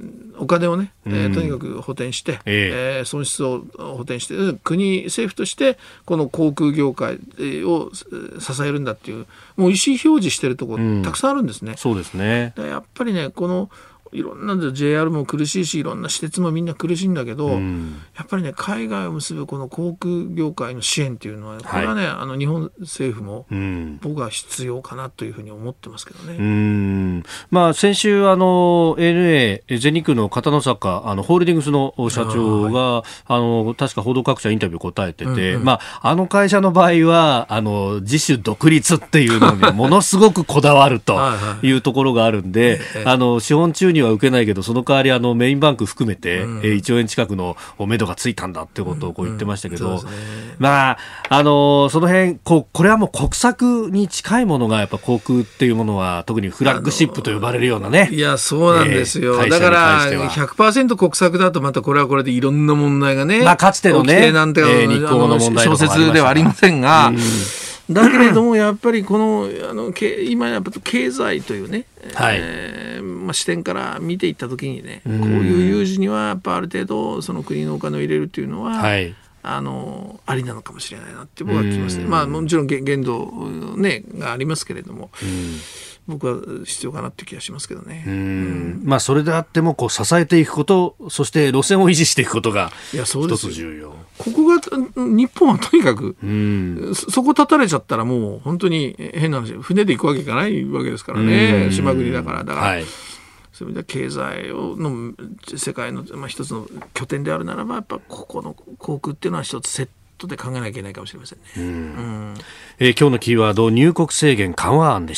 お金をね、とにかく補填して、損失を補填して、政府としてこの航空業界を支えるんだっていう、もう意思表示してるところたくさんあるんですね。 そうですね。 やっぱりね、このいろんな JR も苦しいし、いろんな私鉄もみんな苦しいんだけど、やっぱりね、海外を結ぶこの航空業界の支援っていうのは、これはね、日本政府も僕は必要かなというふうに思ってますけどね。 先週ANA 全日空の片野坂ホールディングスの社長が確か報道各社インタビュー答えてて、あの会社の場合は自主独立っていうのにものすごくこだわるというところがあるんで、資本注入は受けないけど、その代わりメインバンク含めて、1兆円近くの目処がついたんだってことを言ってましたけど、その辺これはもう国策に近いものがやっぱ航空っていうものは特にフラッグシップと呼ばれるようなね。 いやそうなんですよ、だから 100% 国策だとまたこれはこれでいろんな問題がね、 かつてのね、 日光の問題小説ではありませんが、だけれどもやっぱりこの今やっぱ経済というね、視点から見ていったときにね、こういう有事にはやっぱある程度その国のお金を入れるというのは、ありなのかもしれないなって僕は聞きますね。もちろん限度、ね、がありますけれども、僕は必要かなって気がしますけどね。 それであっても支えていくこと、そして路線を維持していくことが一つ重要。 ここが日本はとにかく、そこ立たれちゃったらもう本当に変な話、船で行くわけいかないわけですからね、島国だから。そういう意味では経済の世界の、一つの拠点であるならば、やっぱここの航空っていうのは一つセットで考えなきゃいけないかもしれませんね。 今日のキーワード、入国制限緩和案でした。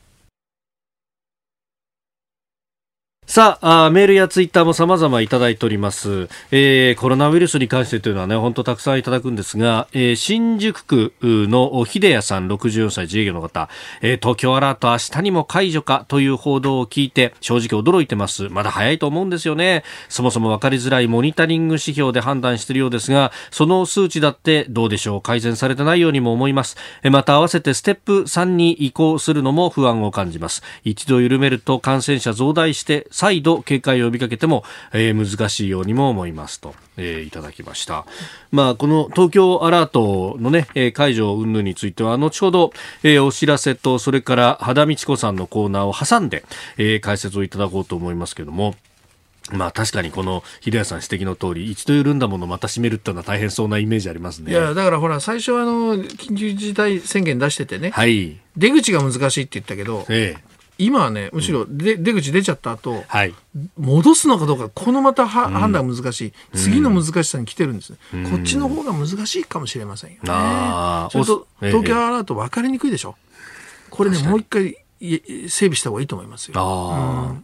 さあ、メールやツイッターも様々いただいております。コロナウイルスに関してというのはね、本当たくさんいただくんですが、新宿区の秀谷さん64歳自営業の方、東京アラート明日にも解除かという報道を聞いて正直驚いてます。まだ早いと思うんですよね。そもそも分かりづらいモニタリング指標で判断しているようですが、その数値だってどうでしょう、改善されてないようにも思います。また合わせてステップ3に移行するのも不安を感じます。一度緩めると感染者増大して再度警戒を呼びかけても、難しいようにも思いますと、いただきました。この東京アラートのね、解除云々については後ほど、お知らせとそれから羽田美智子さんのコーナーを挟んで、解説をいただこうと思いますけども、確かにこの秀谷さん指摘の通り、一度緩んだものをまた閉めるっていうのは大変そうなイメージありますね。 いやだからほら、最初は緊急事態宣言出しててね、出口が難しいって言ったけど、今はね、むしろ出口出ちゃった後、戻すのかどうか、このまた判断が難しい、次の難しさに来てるんです、こっちの方が難しいかもしれませんよね。それと東京アラート分かりにくいでしょ。これね、もう一回整備した方がいいと思いますよ。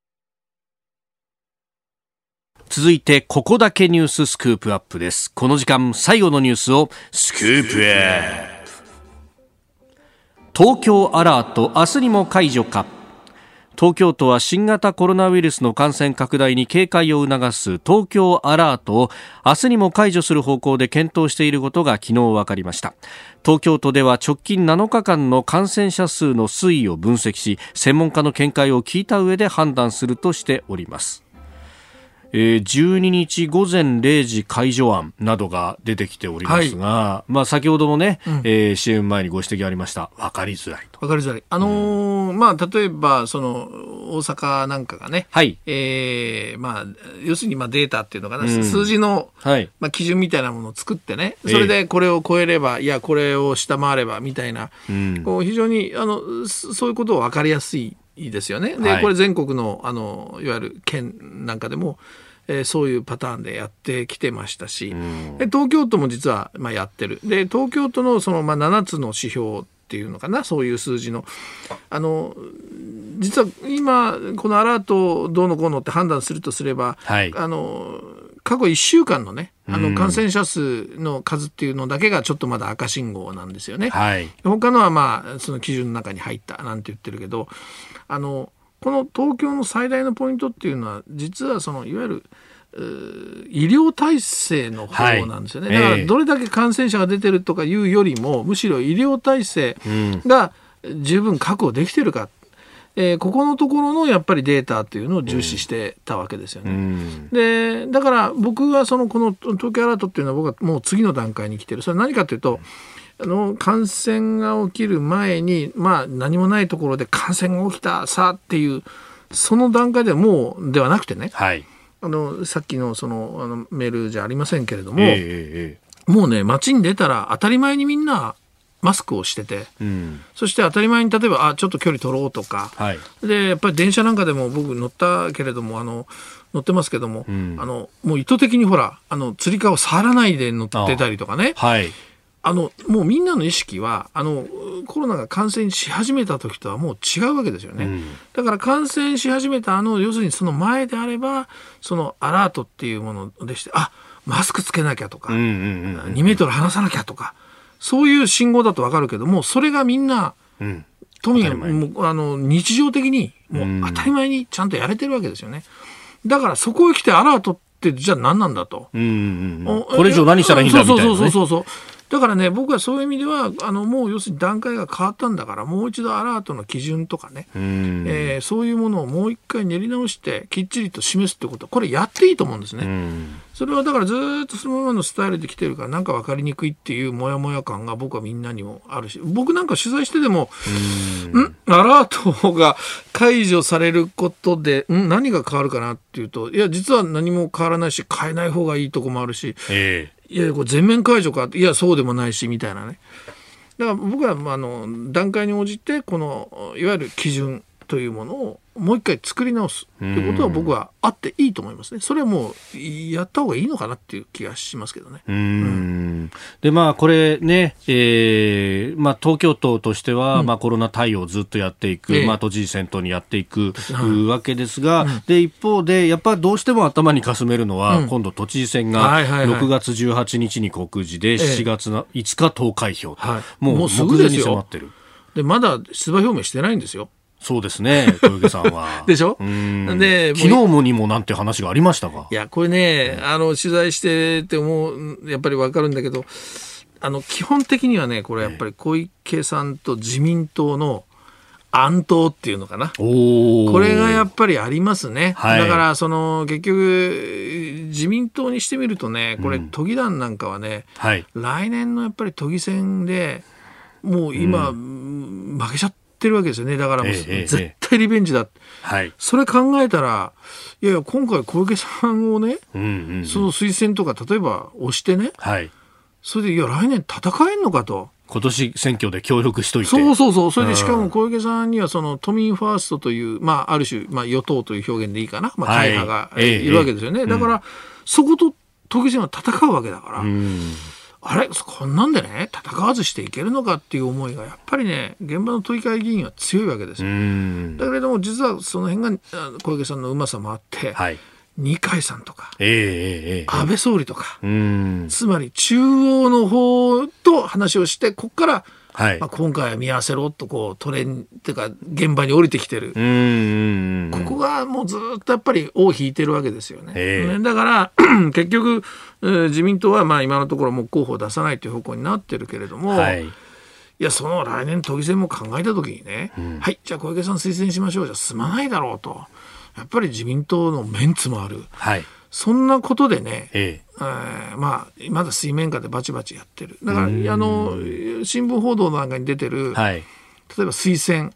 続いてここだけニューススクープアップです。この時間最後のニュースをスクープアップ。東京アラート明日にも解除か。東京都は新型コロナウイルスの感染拡大に警戒を促す東京アラートを明日にも解除する方向で検討していることが昨日分かりました。東京都では直近7日間の感染者数の推移を分析し、専門家の見解を聞いた上で判断するとしております。12日午前0時解除案などが出てきておりますが、先ほどもね、CM 前にご指摘ありました、分かりづらいと。 分かりづらい。例えばその大阪なんかがね、要するにデータっていうのかな、数字の、基準みたいなものを作ってね、それでこれを超えれば、いやこれを下回ればみたいな、非常にそういうことを分かりやすいですよね。で、これ全国のいわゆる県なんかでも、そういうパターンでやってきてましたし、で東京都も実はやってる。で東京都のその7つの指標っていうのかな、そういう数字の実は今このアラートどうのこうのって判断するとすれば、過去1週間のね、感染者数の数っていうのだけがちょっとまだ赤信号なんですよね。他のはその基準の中に入ったなんて言ってるけど、この東京の最大のポイントっていうのは、実はそのいわゆる医療体制の方なんですよね。だからどれだけ感染者が出てるとかいうよりも、むしろ医療体制が十分確保できてるか。 ここのところのやっぱりデータっていうのを重視してたわけですよね。でだから僕はこの東京アラートっていうのは僕はもう次の段階に来てる。それは何かというと感染が起きる前に、何もないところで感染が起きたさっていうその段階ではもうではなくてね、はい、さっきのメールじゃありませんけれども、もうね街に出たら当たり前にみんなマスクをしてて、そして当たり前に例えばちょっと距離取ろうとか、はい、でやっぱり電車なんかでも僕乗ったけれども乗ってますけども、もう意図的にほらつり革を触らないで乗ってたりとかね、はい、もうみんなの意識はコロナが感染し始めた時とはもう違うわけですよね、だから感染し始めた要するにその前であればそのアラートっていうものでしてマスクつけなきゃとか、2メートル離さなきゃとかそういう信号だと分かるけどもそれがみんな、都民も日常的にもう当たり前にちゃんとやれてるわけですよね。だからそこへ来てアラートってじゃあ何なんだと、これ以上何したらいいんだみたいなね。 そうだからね僕はそういう意味ではもう要するに段階が変わったんだからもう一度アラートの基準とかね、そういうものをもう一回練り直してきっちりと示すってことはこれやっていいと思うんですね。それはだからずっとそのままのスタイルで来てるからなんか分かりにくいっていうモヤモヤ感が僕はみんなにもあるし僕なんか取材してでもアラートが解除されることで何が変わるかなっていうといや実は何も変わらないし変えない方がいいとこもあるし、いやこれ全面解除かいやそうでもないしみたいなね。だから僕は段階に応じてこのいわゆる基準というものをもう一回作り直すということは僕はあっていいと思いますね。それはもうやった方がいいのかなっていう気がしますけどね。 でこれね、東京都としては、コロナ対応をずっとやっていく、都知事選挙にやっていく、わけですが、で一方でやっぱりどうしても頭にかすめるのは、今度都知事選が6月18日に告示で7月の5日投開票、もうすぐですよ。 でまだ出馬表明してないんですよ。 そうですね小池さんはでしょ。 で昨日もにもなんて話がありましたがいやこれね取材しててもやっぱり分かるんだけど基本的にはねこれやっぱり小池さんと自民党の暗闘っていうのかなこれがやっぱりありますね、だから結局自民党にしてみるとねこれ都議団なんかはね、来年のやっぱり都議選でもう今、負けちゃってるわけですよね。だからもう絶対リベンジだ、それ考えたらいや今回小池さんをね、その推薦とか例えば押してね、それで来年戦えんのかと今年選挙で協力しといてそうそれでしかも小池さんには都民ファーストという、ある種、与党という表現でいいかな、会派がいるわけですよね、だから、そこと都議選は戦うわけだから、あれこんなんでね戦わずしていけるのかっていう思いがやっぱりね現場の都議会議員は強いわけですよ。だけれども実はその辺が小池さんのうまさもあって、二階さんとか、安倍総理とか、つまり中央の方と話をしてここから今回は見合わせろとトレンっていうか現場に降りてきてるここがもうずっとやっぱり尾を引いてるわけですよね。だから結局自民党は今のところもう候補を出さないという方向になってるけれども、いやその来年都議選も考えた時にね、じゃあ小池さん推薦しましょうじゃ済まないだろうとやっぱり自民党のメンツもある、そんなことでね、まだ水面下でバチバチやってる。だから新聞報道なんかに出てる、例えば推薦、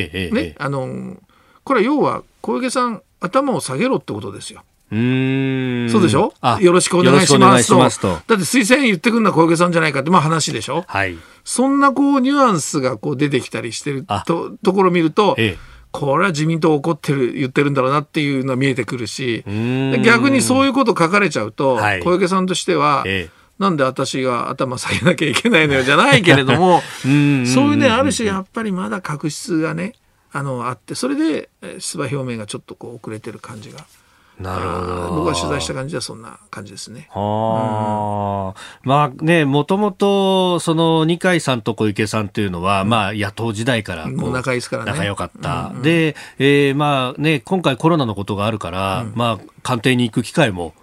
これは要は小池さん頭を下げろってことですよ。そうでしょ。よろしくお願いしますと。だって推薦言ってくんのは小池さんじゃないかって話でしょ。そんなニュアンスが出てきたりしてる ところを見ると、これは自民党怒ってる言ってるんだろうなっていうのは見えてくるし、逆にそういうこと書かれちゃうと、小池さんとしては、なんで私が頭下げなきゃいけないのよじゃないけれどもそういうねある種やっぱりまだ確執がねあってそれで出馬表明がちょっと遅れてる感じが。なるほど。僕が取材した感じはそんな感じですね。もともとその二階さんと小池さんというのは、野党時代からもう仲いいですからね。 仲良かった。で、今回コロナのことがあるから、官邸に行く機会も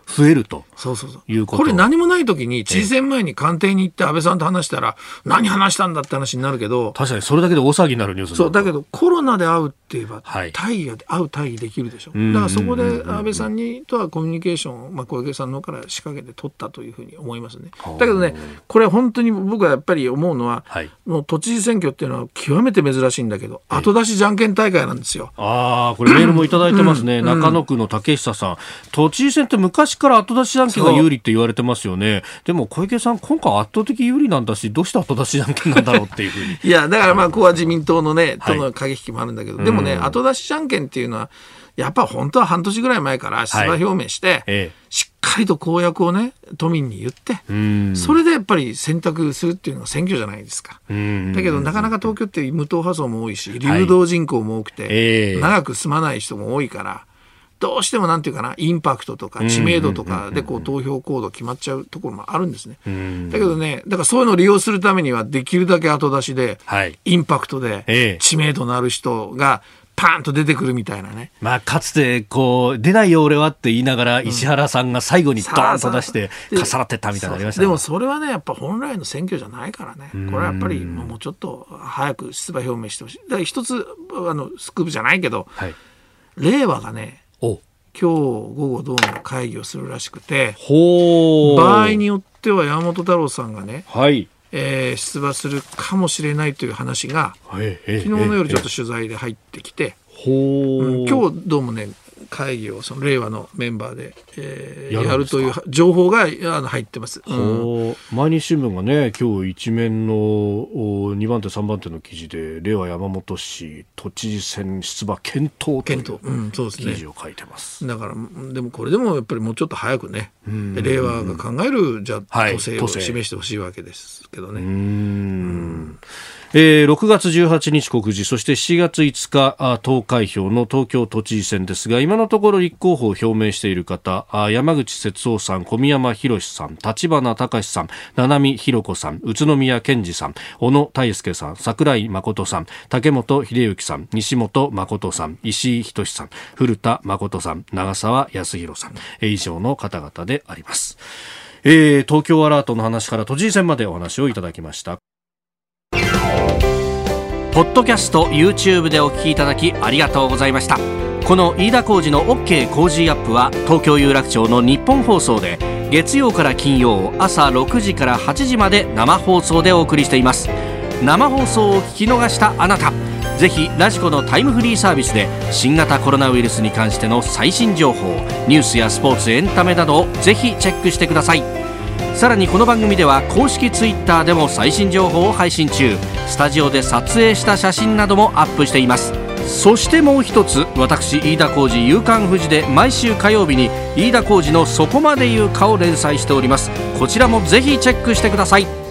増えるとそうそうそういうこと。 これ何もない時に知事選前に官邸に行って安倍さんと話したら何話したんだって話になるけど、 確かにそれだけで大騒ぎになるニュースそうだけどコロナで会うって言えば、 はい、 会議できるでしょ。だからそこで安倍さんにとはコミュニケーションを、小池さんの方から仕掛けて取ったというふうに思いますね。だけどね、これ本当に僕はやっぱり思うのは、はい、もう都知事選挙っていうのは極めて珍しいんだけど、後出しじゃんけん大会なんですよ。 これメールもいただいてますね。中野区の竹久さん、都知事選って昔から後出しじゃんけんが有利って言われてますよね。でも小池さん今回圧倒的有利なんだし、どうして後出しじゃんけんなんだろうっていうふうにいやだからここは自民党のね、との駆け引きもあるんだけど、でもね、後出しじゃんけんっていうのはやっぱ本当は半年ぐらい前から出馬表明して、しっかりと公約をね都民に言って、それでやっぱり選択するっていうのが選挙じゃないですか。だけどなかなか東京って無党派層も多いし、流動人口も多くて、長く住まない人も多いから、どうしてもなんていうかな、インパクトとか知名度とかで投票行動決まっちゃうところもあるんですね。だけどね、だからそういうのを利用するためにはできるだけ後出しで、インパクトで知名度のある人がパーンと出てくるみたいなね。 かつて出ないよ俺はって言いながら、石原さんが最後にドーンと出して重なってったみたいなのありましたね。 でもそれはねやっぱ本来の選挙じゃないからね。これはやっぱりもうちょっと早く出馬表明してほしい。だから一つスクープじゃないけど、令和がね今日午後どうも会議をするらしくて、場合によっては山本太郎さんがね、出馬するかもしれないという話が、昨日の夜ちょっと取材で入ってきて、今日どうもね会議をその令和のメンバーで、やるという情報が入ってます。 毎日新聞がね今日一面の2番手3番手の記事で、令和山本氏都知事選出馬検討という記事を書いてます。 だからでもこれでもやっぱりもうちょっと早くね、令和が考えるじゃあ都政を示してほしいわけですけどね。 6月18日告示、そして7月5日投開票の東京都知事選ですが、今のところ立候補を表明している方、山口節夫さん、小宮山博さん、立花孝さん、七海博子さん、宇都宮健児さん、小野泰輔さん、櫻井誠さん、竹本秀之さん、西本誠さん、石井仁さん、古田誠さん、長澤康弘さん、以上の方々であります。東京アラートの話から都知事選までお話をいただきました。ポッドキャスト YouTube でお聞きいただきありがとうございました。この飯田浩司の OK 工事アップは東京有楽町の日本放送で月曜から金曜朝6時から8時まで生放送でお送りしています。生放送を聞き逃したあなた、ぜひラジコのタイムフリーサービスで新型コロナウイルスに関しての最新情報、ニュースやスポーツ、エンタメなどをぜひチェックしてください。さらにこの番組では公式ツイッターでも最新情報を配信中、スタジオで撮影した写真などもアップしています。そしてもう一つ、私飯田浩司夕刊フジで毎週火曜日に飯田浩司のそこまで言うかを連載しております。こちらもぜひチェックしてください。